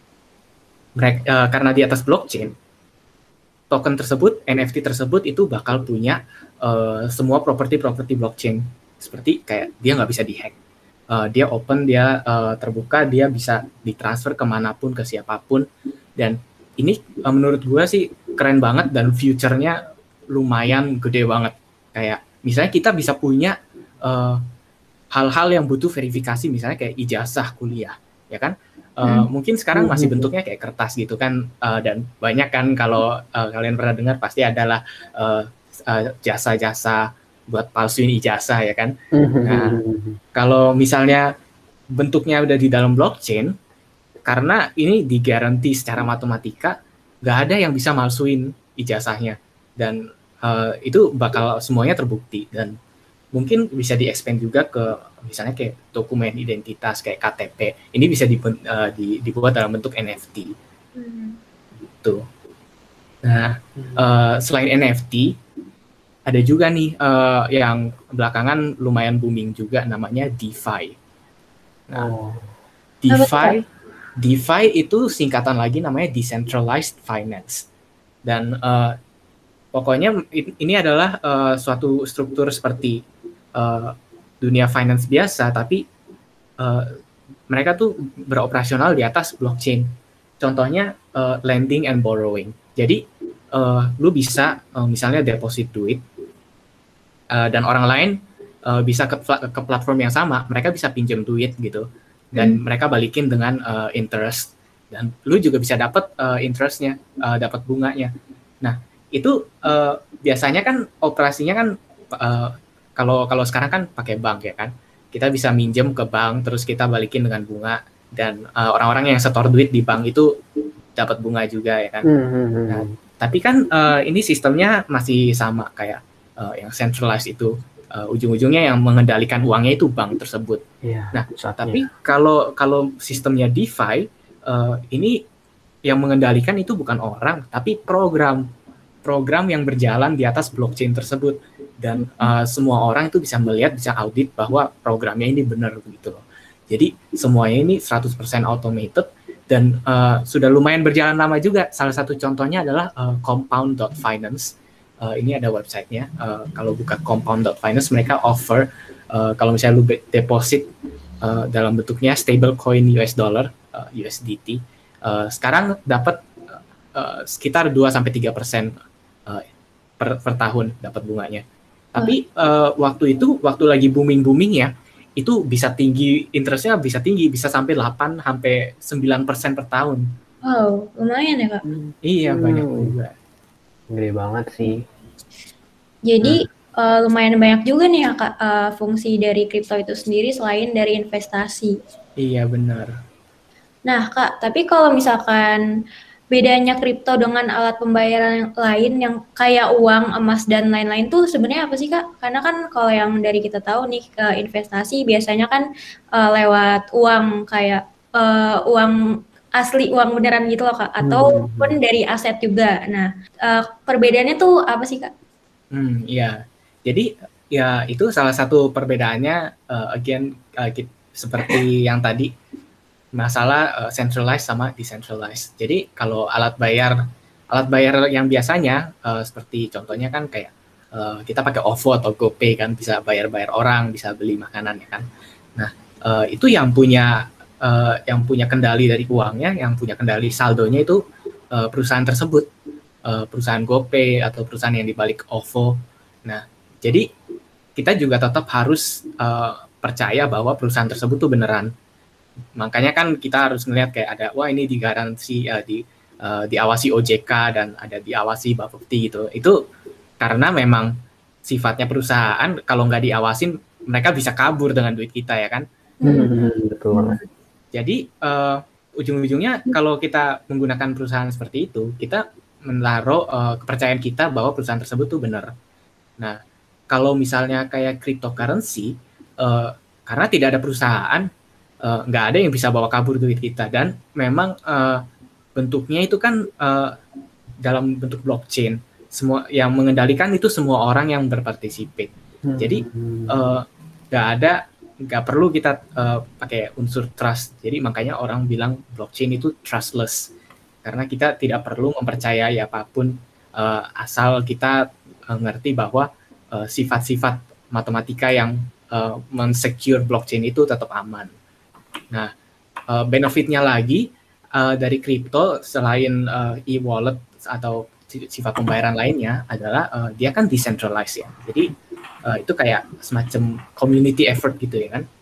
mereka uh, karena di atas blockchain, token tersebut, N F T tersebut itu bakal punya uh, semua properti-properti blockchain, seperti kayak dia nggak bisa dihack, uh, dia open, dia uh, terbuka, dia bisa ditransfer kemanapun ke siapapun, dan ini uh, menurut gue sih keren banget dan future-nya lumayan gede banget. Kayak misalnya kita bisa punya Uh, hal-hal yang butuh verifikasi, misalnya kayak ijazah kuliah, ya kan? Uh, hmm. Mungkin sekarang masih bentuknya kayak kertas gitu kan, uh, dan banyak kan kalau uh, kalian pernah dengar pasti adalah uh, uh, jasa-jasa buat palsuin ijazah, ya kan? Nah, kalau misalnya bentuknya udah di dalam blockchain, karena ini digaranti secara matematika, nggak ada yang bisa malsuin ijazahnya, dan uh, itu bakal semuanya terbukti, dan mungkin bisa di-expand juga ke misalnya kayak dokumen identitas kayak K T P. Ini bisa di, uh, di, dibuat dalam bentuk N F T. Hmm. Gitu. Nah, uh, selain N F T, ada juga nih uh, yang belakangan lumayan booming juga, namanya DeFi. Nah, oh. DeFi, DeFi itu singkatan lagi namanya Decentralized Finance. Dan uh, pokoknya ini adalah uh, suatu struktur seperti uh, dunia finance biasa, tapi uh, mereka tuh beroperasional di atas blockchain. Contohnya uh, lending and borrowing. Jadi uh, lu bisa uh, misalnya deposit duit, uh, dan orang lain uh, bisa ke, ke platform yang sama, mereka bisa pinjam duit gitu, dan hmm. mereka balikin dengan uh, interest, dan lu juga bisa dapat uh, interestnya, uh, dapat bunganya. Nah, itu uh, biasanya kan operasinya kan uh, kalau kalau sekarang kan pakai bank, ya kan, kita bisa minjem ke bank terus kita balikin dengan bunga, dan uh, orang-orang yang setor duit di bank itu dapat bunga juga, ya kan. Mm-hmm. Nah, tapi kan uh, ini sistemnya masih sama kayak uh, yang centralized itu, uh, ujung-ujungnya yang mengendalikan uangnya itu bank tersebut. Yeah, nah, saatnya. Tapi kalau kalau sistemnya DeFi, uh, ini yang mengendalikan itu bukan orang, tapi program. program yang berjalan di atas blockchain tersebut, dan uh, semua orang itu bisa melihat, bisa audit bahwa programnya ini benar gitu loh. Jadi semuanya ini seratus persen automated, dan uh, sudah lumayan berjalan lama juga. Salah satu contohnya adalah uh, compound dot finance. Uh, ini ada websitenya. Uh, kalau buka compound dot finance, mereka offer uh, kalau misalnya lu deposit uh, dalam bentuknya stable coin U S dollar, uh, U S D T, uh, sekarang dapat uh, sekitar dua sampai tiga persen Uh, per, per tahun dapat bunganya. Tapi uh, waktu itu, waktu lagi booming-boomingnya, itu bisa tinggi, interestnya bisa tinggi, bisa sampai delapan sampai sembilan persen per tahun. Wow, lumayan ya, Kak? Hmm. Iya, hmm. banyak juga. Gede banget sih. Jadi hmm. uh, lumayan banyak juga nih ya, Kak, uh, fungsi dari kripto itu sendiri selain dari investasi. Iya, benar. Nah, Kak, tapi kalau misalkan bedanya kripto dengan alat pembayaran lain yang kayak uang, emas, dan lain-lain tuh sebenarnya apa sih, Kak? Karena kan kalau yang dari kita tahu nih, ke investasi biasanya kan uh, lewat uang, kayak uh, uang asli, uang beneran gitu loh, Kak, ataupun hmm. dari aset juga. Nah, uh, perbedaannya tuh apa sih, Kak? Hmm, iya. Jadi ya itu salah satu perbedaannya uh, again uh, ki- seperti yang tadi masalah uh, centralized sama decentralized. Jadi kalau alat bayar alat bayar yang biasanya uh, seperti contohnya kan kayak uh, kita pakai O V O atau GoPay kan bisa bayar-bayar orang, bisa beli makanan ya kan. Nah, uh, itu yang punya uh, yang punya kendali dari uangnya, yang punya kendali saldonya itu uh, perusahaan tersebut, uh, perusahaan GoPay atau perusahaan yang dibalik O V O. Nah, jadi kita juga tetap harus uh, percaya bahwa perusahaan tersebut tuh beneran. Makanya kan kita harus melihat kayak ada, wah ini digaransi uh, di uh, diawasi O J K dan ada diawasi Bapepti gitu. Itu karena memang sifatnya perusahaan kalau nggak diawasin mereka bisa kabur dengan duit kita ya kan. Hmm, betul. Jadi uh, ujung-ujungnya kalau kita menggunakan perusahaan seperti itu, kita menaruh uh, kepercayaan kita bahwa perusahaan tersebut tuh benar. Nah, kalau misalnya kayak cryptocurrency, uh, karena tidak ada perusahaan, uh, nggak ada yang bisa bawa kabur duit kita. Dan memang uh, bentuknya itu kan uh, dalam bentuk blockchain. Semua yang mengendalikan itu semua orang yang berpartisipasi. Jadi uh, nggak ada, nggak perlu kita uh, pakai unsur trust. Jadi makanya orang bilang blockchain itu trustless. Karena kita tidak perlu mempercayai apapun uh, asal kita uh, ngerti bahwa Uh, sifat-sifat matematika yang uh, men-secure blockchain itu tetap aman. Nah, uh, benefitnya lagi uh, dari kripto selain uh, e-wallet atau sifat pembayaran lainnya adalah uh, dia kan decentralized ya. Jadi uh, itu kayak semacam community effort gitu ya kan.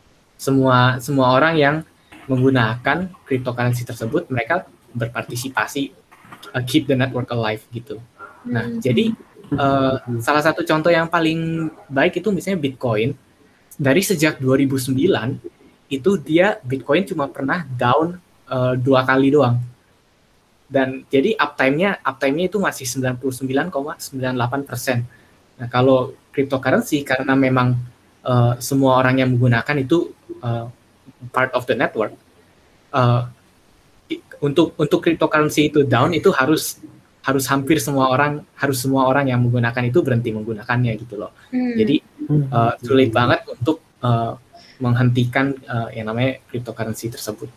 Semua semua orang yang menggunakan cryptocurrency tersebut mereka berpartisipasi uh, keep the network alive gitu. Nah, hmm. jadi Uh, salah satu contoh yang paling baik itu misalnya Bitcoin. Dari sejak dua ribu sembilan itu dia Bitcoin cuma pernah down uh, dua kali doang. Dan jadi uptime-nya uptime-nya itu masih sembilan puluh sembilan koma sembilan delapan persen. Nah, kalau cryptocurrency karena memang uh, semua orang yang menggunakan itu uh, part of the network. Uh, untuk untuk cryptocurrency itu down itu harus harus hampir semua orang harus semua orang yang menggunakan itu berhenti menggunakannya gitu loh. Hmm. Jadi uh, sulit banget untuk uh, menghentikan uh, yang namanya cryptocurrency tersebut.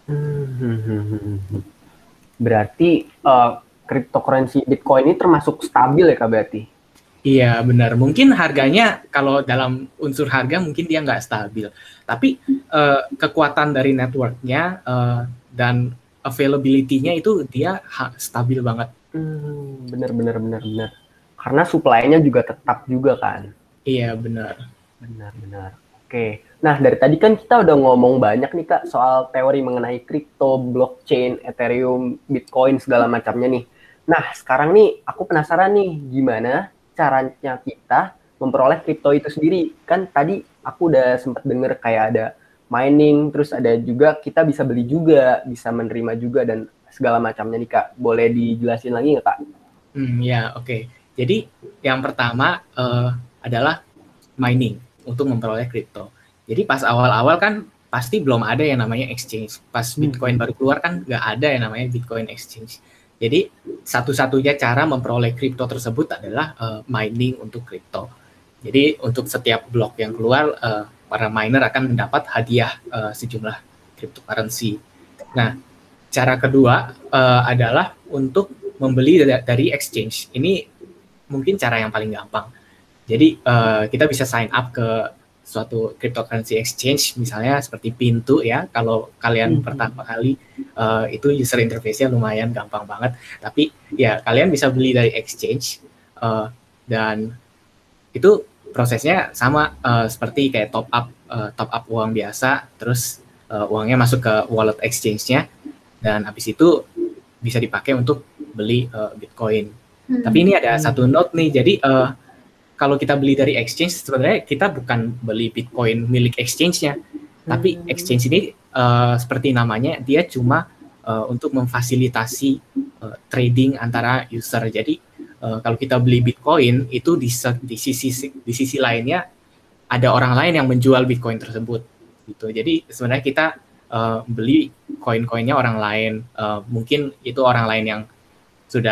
Hmm. Berarti uh, cryptocurrency Bitcoin ini termasuk stabil ya Kak berarti? Iya benar. Mungkin harganya kalau dalam unsur harga mungkin dia nggak stabil. Tapi uh, kekuatan dari networknya uh, dan availability-nya itu dia ha- stabil banget. Hmm, benar benar benar benar. Karena supply-nya juga tetap juga kan. Iya benar. Benar benar. Oke. Nah dari tadi kan kita udah ngomong banyak nih Kak soal teori mengenai kripto, blockchain, Ethereum, Bitcoin segala macamnya nih. Nah sekarang nih aku penasaran nih gimana caranya kita memperoleh kripto itu sendiri. Kan tadi aku udah sempat denger kayak ada mining, terus ada juga kita bisa beli juga, bisa menerima juga dan segala macamnya nih Kak. Boleh dijelasin lagi nggak Kak? Hmm, ya oke. Okay. Jadi yang pertama uh, adalah mining untuk memperoleh kripto. Jadi pas awal-awal kan pasti belum ada yang namanya exchange. Pas Bitcoin hmm. baru keluar kan nggak ada yang namanya Bitcoin exchange. Jadi satu-satunya cara memperoleh kripto tersebut adalah uh, mining untuk kripto. Jadi untuk setiap blok yang keluar, uh, para miner akan mendapat hadiah uh, sejumlah cryptocurrency. Nah, cara kedua uh, adalah untuk membeli dari exchange. Ini mungkin cara yang paling gampang. Jadi uh, kita bisa sign up ke suatu cryptocurrency exchange, misalnya seperti Pintu ya. Kalau kalian hmm. pertama kali uh, itu user interface-nya lumayan gampang banget. Tapi ya kalian bisa beli dari exchange uh, dan itu prosesnya sama uh, seperti kayak top up uh, top up uang biasa. Terus uh, uangnya masuk ke wallet exchange-nya. Dan habis itu bisa dipakai untuk beli uh, Bitcoin. Hmm. Tapi ini ada satu note nih, jadi uh, kalau kita beli dari exchange, sebenarnya kita bukan beli Bitcoin milik exchange-nya, hmm. tapi exchange ini uh, seperti namanya, dia cuma uh, untuk memfasilitasi uh, trading antara user. Jadi uh, kalau kita beli Bitcoin, itu di, di sisi di sisi lainnya ada orang lain yang menjual Bitcoin tersebut. Gitu. Jadi sebenarnya kita Uh, beli koin-koinnya orang lain, uh, mungkin itu orang lain yang sudah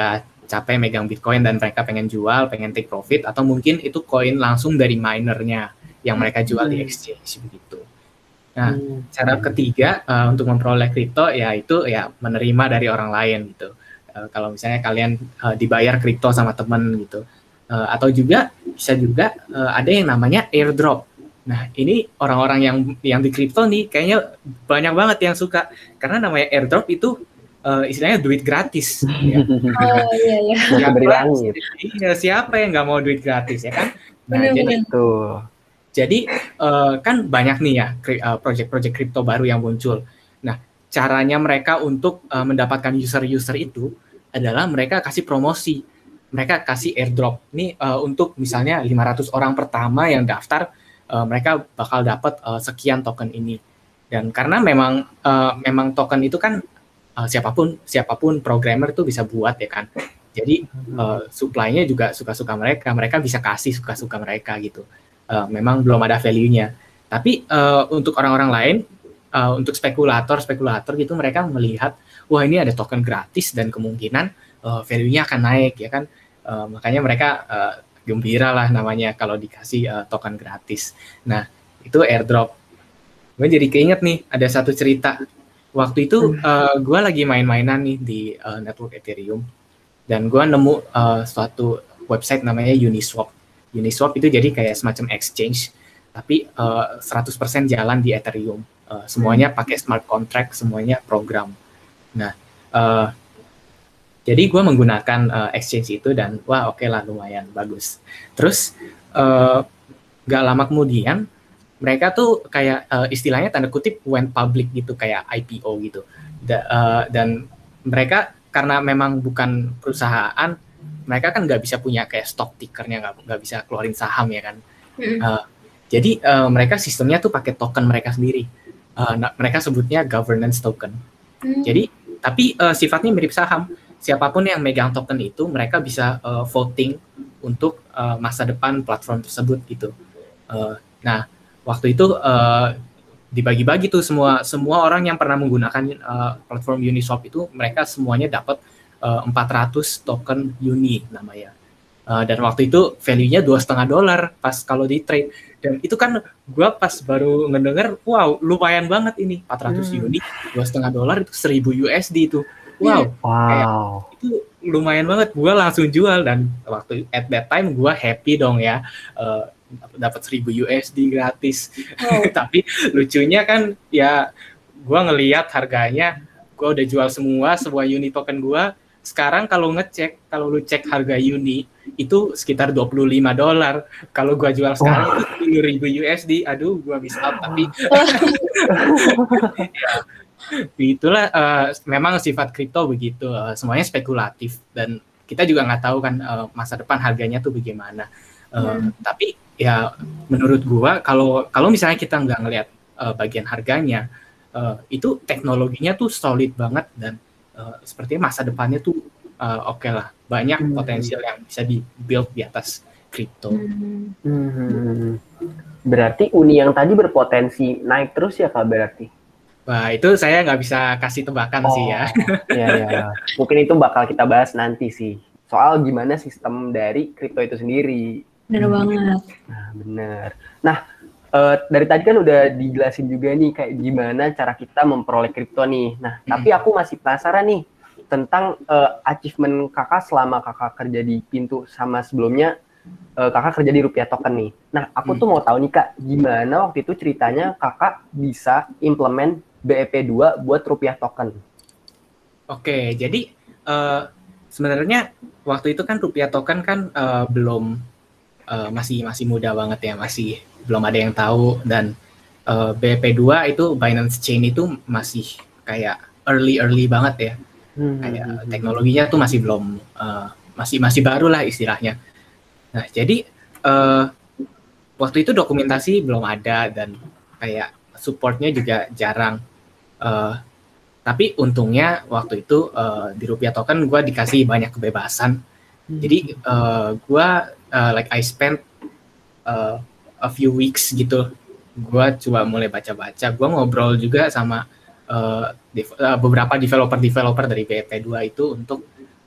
capek megang Bitcoin dan mereka pengen jual, pengen take profit, atau mungkin itu koin langsung dari minernya yang mereka jual di exchange begitu. Nah, hmm. cara ketiga uh, untuk memperoleh kripto yaitu ya menerima dari orang lain gitu. Uh, kalau misalnya kalian uh, dibayar kripto sama teman gitu, uh, atau juga bisa juga uh, ada yang namanya airdrop. Nah, ini orang-orang yang yang di kripto nih kayaknya banyak banget yang suka karena namanya airdrop itu uh, istilahnya duit gratis. Ya. Oh iya iya. Siapa, iya, siapa yang nggak mau duit gratis ya kan? Nah, bener, jadi bener. Tuh. Jadi uh, kan banyak nih ya uh, project-project kripto baru yang muncul. Nah, caranya mereka untuk uh, mendapatkan user-user itu adalah mereka kasih promosi. Mereka kasih airdrop. Ini uh, untuk misalnya lima ratus orang pertama yang daftar, Uh, mereka bakal dapat uh, sekian token ini. Dan karena memang uh, memang token itu kan uh, siapapun siapapun programmer itu bisa buat ya kan. Jadi uh, supply-nya juga suka-suka mereka, mereka bisa kasih suka-suka mereka gitu. Uh, memang belum ada value-nya. Tapi uh, untuk orang-orang lain, uh, untuk spekulator-spekulator gitu, mereka melihat wah ini ada token gratis dan kemungkinan uh, value-nya akan naik ya kan. Uh, makanya mereka uh, gembira lah namanya kalau dikasih uh, token gratis. Nah, itu airdrop. Gue jadi keinget nih, ada satu cerita. Waktu itu uh, gue lagi main-mainan nih di uh, network Ethereum. Dan gue nemu uh, suatu website namanya Uniswap. Uniswap itu jadi kayak semacam exchange, tapi uh, seratus persen jalan di Ethereum. Uh, semuanya pakai smart contract, semuanya program. Nah, uh, jadi gue menggunakan uh, exchange itu dan wah oke okay lah lumayan bagus. Terus uh, gak lama kemudian mereka tuh kayak uh, istilahnya tanda kutip went public gitu kayak I P O gitu. Da, uh, dan mereka karena memang bukan perusahaan, mereka kan nggak bisa punya kayak stock tickernya, nggak nggak bisa keluarin saham ya kan. Mm. Uh, jadi uh, mereka sistemnya tuh pakai token mereka sendiri. Uh, nah, mereka sebutnya governance token. Mm. Jadi tapi uh, sifatnya mirip saham. Siapapun yang megang token itu, mereka bisa uh, voting untuk uh, masa depan platform tersebut gitu. Uh, nah, waktu itu uh, dibagi-bagi tuh semua semua orang yang pernah menggunakan uh, platform Uniswap itu, mereka semuanya dapat uh, empat ratus token Uni namanya. Uh, dan waktu itu value-nya dua setengah dolar pas kalau di trade. Dan itu kan gue pas baru ngedenger, wow lumayan banget ini empat ratus hmm. Uni, dua setengah dolar itu seribu U S D itu. Wow, wow. Kayak, itu lumayan banget. Gue langsung jual dan waktu at that time gue happy dong ya, uh, dapat seribu U S D gratis. Oh. Tapi lucunya kan ya gue ngelihat harganya, gue udah jual semua semua Uni token gue. Sekarang kalau ngecek, kalau lu cek harga Uni itu sekitar dua puluh lima dolar. Kalau gue jual sekarang oh. itu sepuluh ribu U S D. Aduh, gue miss out tapi. ya. Itulah uh, memang sifat kripto begitu, uh, semuanya spekulatif dan kita juga nggak tahu kan uh, masa depan harganya tuh bagaimana. Uh, hmm. Tapi ya menurut gua kalau kalau misalnya kita nggak ngelihat uh, bagian harganya, uh, itu teknologinya tuh solid banget dan uh, sepertinya masa depannya tuh uh, oke okay lah, banyak hmm. potensial yang bisa di build di atas kripto. Hmm. Hmm. Berarti Uni yang tadi berpotensi naik terus ya Kak berarti? Wah, itu saya nggak bisa kasih tebakan oh, sih ya. Iya, iya. Mungkin itu bakal kita bahas nanti sih. Soal gimana sistem dari kripto itu sendiri. Bener hmm. banget. Nah, bener. Nah, uh, dari tadi kan udah dijelasin juga nih kayak gimana cara kita memperoleh kripto nih. Nah, hmm. tapi aku masih penasaran nih tentang uh, achievement kakak selama kakak kerja di Pintu sama sebelumnya uh, kakak kerja di Rupiah Token nih. Nah, aku hmm. tuh mau tahu nih Kak, gimana waktu itu ceritanya kakak bisa implement B E P dua buat Rupiah Token. Oke, jadi uh, sebenarnya waktu itu kan Rupiah Token kan uh, belum uh, masih masih muda banget ya, masih belum ada yang tahu dan uh, B E P dua itu Binance Chain itu masih kayak early early banget ya. Hmm. Kayak teknologinya tuh masih belum uh, masih masih baru lah istilahnya. Nah, jadi uh, waktu itu dokumentasi belum ada dan kayak supportnya juga jarang. Uh, tapi untungnya waktu itu uh, di Rupiah Token gue dikasih banyak kebebasan. Hmm. Jadi uh, gue uh, like I spent uh, a few weeks gitu. Gue coba mulai baca-baca. Gue ngobrol juga sama uh, dev- uh, beberapa developer-developer dari B E P dua itu untuk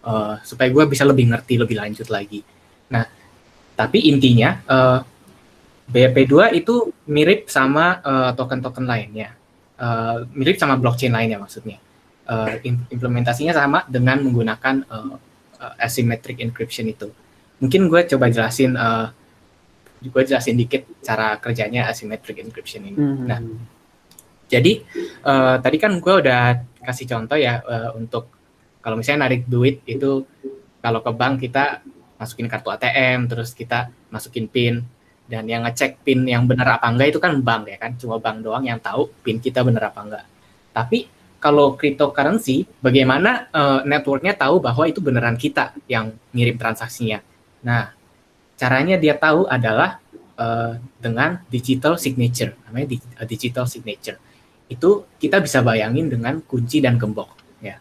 uh, supaya gue bisa lebih ngerti lebih lanjut lagi. Nah, tapi intinya uh, B E P dua itu mirip sama uh, token-token lainnya, uh, mirip sama blockchain lainnya maksudnya. Uh, implementasinya sama dengan menggunakan uh, uh, asymmetric encryption itu. Mungkin gue coba jelasin, uh, gue jelasin dikit cara kerjanya asymmetric encryption ini. Mm-hmm. Nah, jadi uh, tadi kan gue udah kasih contoh ya uh, untuk kalau misalnya narik duit itu kalau ke bank kita masukin kartu A T M, terus kita masukin PIN, dan yang ngecek PIN yang benar apa enggak itu kan bank ya kan, cuma bank doang yang tahu PIN kita benar apa enggak. Tapi kalau cryptocurrency, bagaimana uh, networknya tahu bahwa itu beneran kita yang ngirim transaksinya? Nah, caranya dia tahu adalah uh, dengan digital signature, namanya di, uh, digital signature. Itu kita bisa bayangin dengan kunci dan gembok. Ya.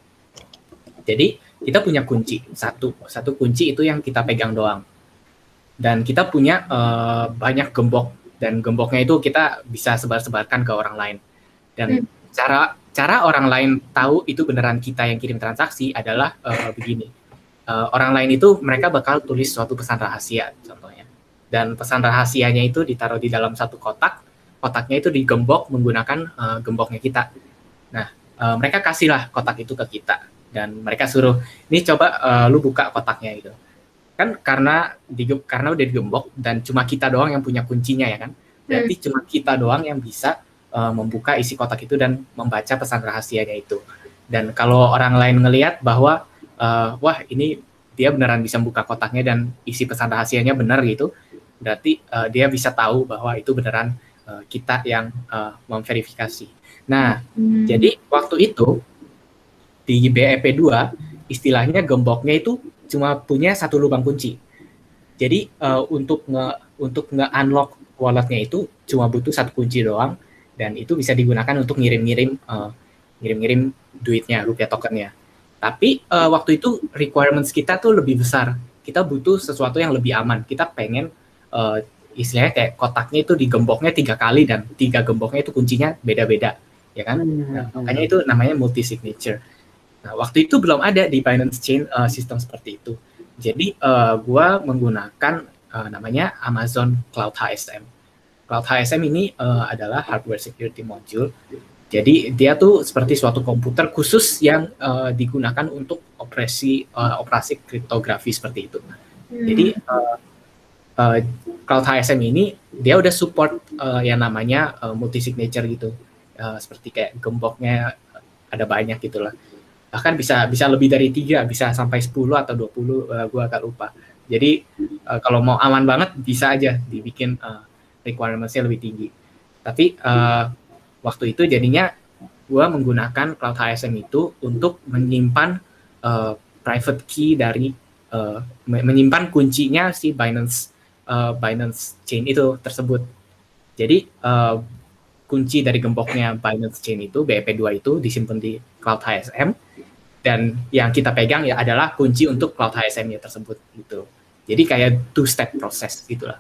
Jadi kita punya kunci satu, satu kunci itu yang kita pegang doang. Dan kita punya uh, banyak gembok, dan gemboknya itu kita bisa sebar-sebarkan ke orang lain. Dan hmm. cara cara orang lain tahu itu beneran kita yang kirim transaksi adalah uh, begini. Uh, orang lain itu mereka bakal tulis suatu pesan rahasia contohnya. Dan pesan rahasianya itu ditaruh di dalam satu kotak. Kotaknya itu digembok menggunakan uh, gemboknya kita. Nah, uh, mereka kasihlah kotak itu ke kita. Dan mereka suruh, ini coba uh, lu buka kotaknya gitu. Kan karena di, karena udah digembok dan cuma kita doang yang punya kuncinya ya kan. Berarti hmm. cuma kita doang yang bisa uh, membuka isi kotak itu dan membaca pesan rahasianya itu. Dan kalau orang lain ngelihat bahwa uh, wah ini dia beneran bisa buka kotaknya dan isi pesan rahasianya benar gitu, berarti uh, dia bisa tahu bahwa itu beneran uh, kita yang uh, memverifikasi. Nah, hmm. jadi waktu itu di B E P dua istilahnya gemboknya itu cuma punya satu lubang kunci. Jadi uh, untuk nge untuk nge-unlock walletnya itu cuma butuh satu kunci doang, dan itu bisa digunakan untuk ngirim-ngirim uh, ngirim-ngirim duitnya, rupiah tokennya. Tapi uh, waktu itu requirements kita tuh lebih besar. Kita butuh sesuatu yang lebih aman. Kita pengen uh, istilahnya kayak kotaknya itu digemboknya tiga kali dan tiga gemboknya itu kuncinya beda-beda, ya kan? Nah, makanya itu namanya multi signature. Nah, waktu itu belum ada di Binance Chain uh, sistem seperti itu. Jadi, uh, gue menggunakan uh, namanya Amazon Cloud H S M. Cloud H S M ini uh, adalah Hardware Security Module. Jadi, dia tuh seperti suatu komputer khusus yang uh, digunakan untuk operasi uh, operasi kriptografi seperti itu. Hmm. Jadi, uh, uh, Cloud H S M ini, dia udah support uh, yang namanya uh, multi-signature gitu. Uh, seperti kayak gemboknya ada banyak gitu lah. Bahkan bisa bisa lebih dari tiga, bisa sampai sepuluh atau dua puluh, uh, gue agak lupa. Jadi uh, kalau mau aman banget bisa aja dibikin uh, requirements-nya lebih tinggi. Tapi uh, waktu itu jadinya gue menggunakan Cloud H S M itu untuk menyimpan uh, private key dari uh, menyimpan kuncinya si Binance uh, Binance Chain itu tersebut. Jadi uh, kunci dari gemboknya Binance Chain itu B E P dua itu disimpan di Cloud H S M. Dan yang kita pegang ya adalah kunci untuk Cloud H S M-nya tersebut gitu. Jadi kayak two step proses gitulah.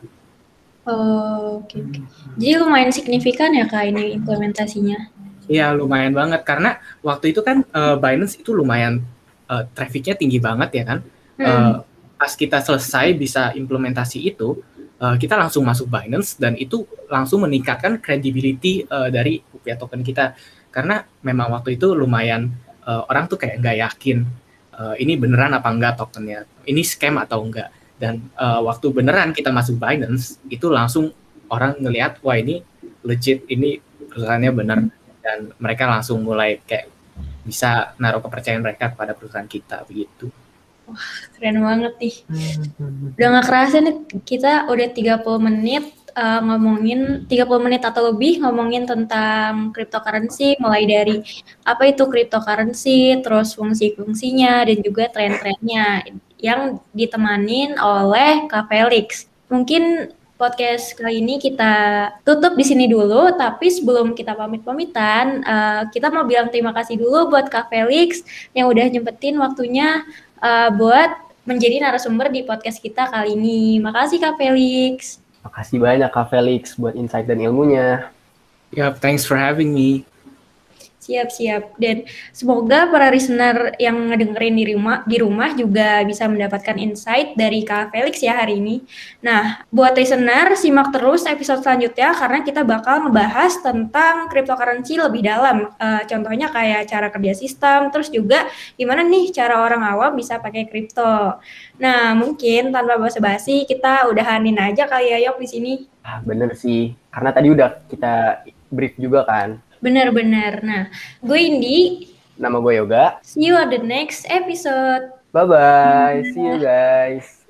Oh, oke. Okay, okay. Jadi lumayan signifikan ya Kak ini implementasinya. Iya, lumayan banget karena waktu itu kan uh, Binance itu lumayan uh, traffic-nya tinggi banget ya kan. Hmm. Uh, pas kita selesai bisa implementasi itu, uh, kita langsung masuk Binance dan itu langsung meningkatkan credibility uh, dari rupiah token kita. Karena memang waktu itu lumayan Uh, orang tuh kayak nggak yakin uh, ini beneran apa enggak tokennya, ini scam atau enggak. Dan uh, waktu beneran kita masuk Binance, itu langsung orang ngelihat, wah ini legit, ini perusahaannya bener. Dan mereka langsung mulai kayak bisa naruh kepercayaan mereka kepada perusahaan kita, begitu. Wah, keren banget nih. Udah nggak kerasa nih, kita udah tiga puluh menit uh, ngomongin, tiga puluh menit atau lebih ngomongin tentang cryptocurrency, mulai dari apa itu cryptocurrency, terus fungsi-fungsinya, dan juga tren-trennya yang ditemanin oleh Kak Felix. Mungkin podcast kali ini kita tutup di sini dulu, tapi sebelum kita pamit-pamitan, uh, kita mau bilang terima kasih dulu buat Kak Felix yang udah nyempetin waktunya uh, buat menjadi narasumber di podcast kita kali ini. Makasih Kak Felix. Makasih banyak Kak Felix buat insight dan ilmunya. Yep, thanks for having me. Siap-siap. Dan semoga para listener yang ngedengerin di rumah, di rumah juga bisa mendapatkan insight dari Kak Felix ya hari ini. Nah, buat listener, simak terus episode selanjutnya karena kita bakal ngebahas tentang cryptocurrency lebih dalam. Uh, contohnya kayak cara kerja sistem, terus juga gimana nih cara orang awam bisa pakai kripto. Nah, mungkin tanpa basa-basi kita udahanin aja kali ya Yok di sini. Ah, bener sih, karena tadi udah kita brief juga kan. Benar-benar. Nah, gue Indi. Nama gue Yoga. See you on the next episode. Bye-bye. See you guys.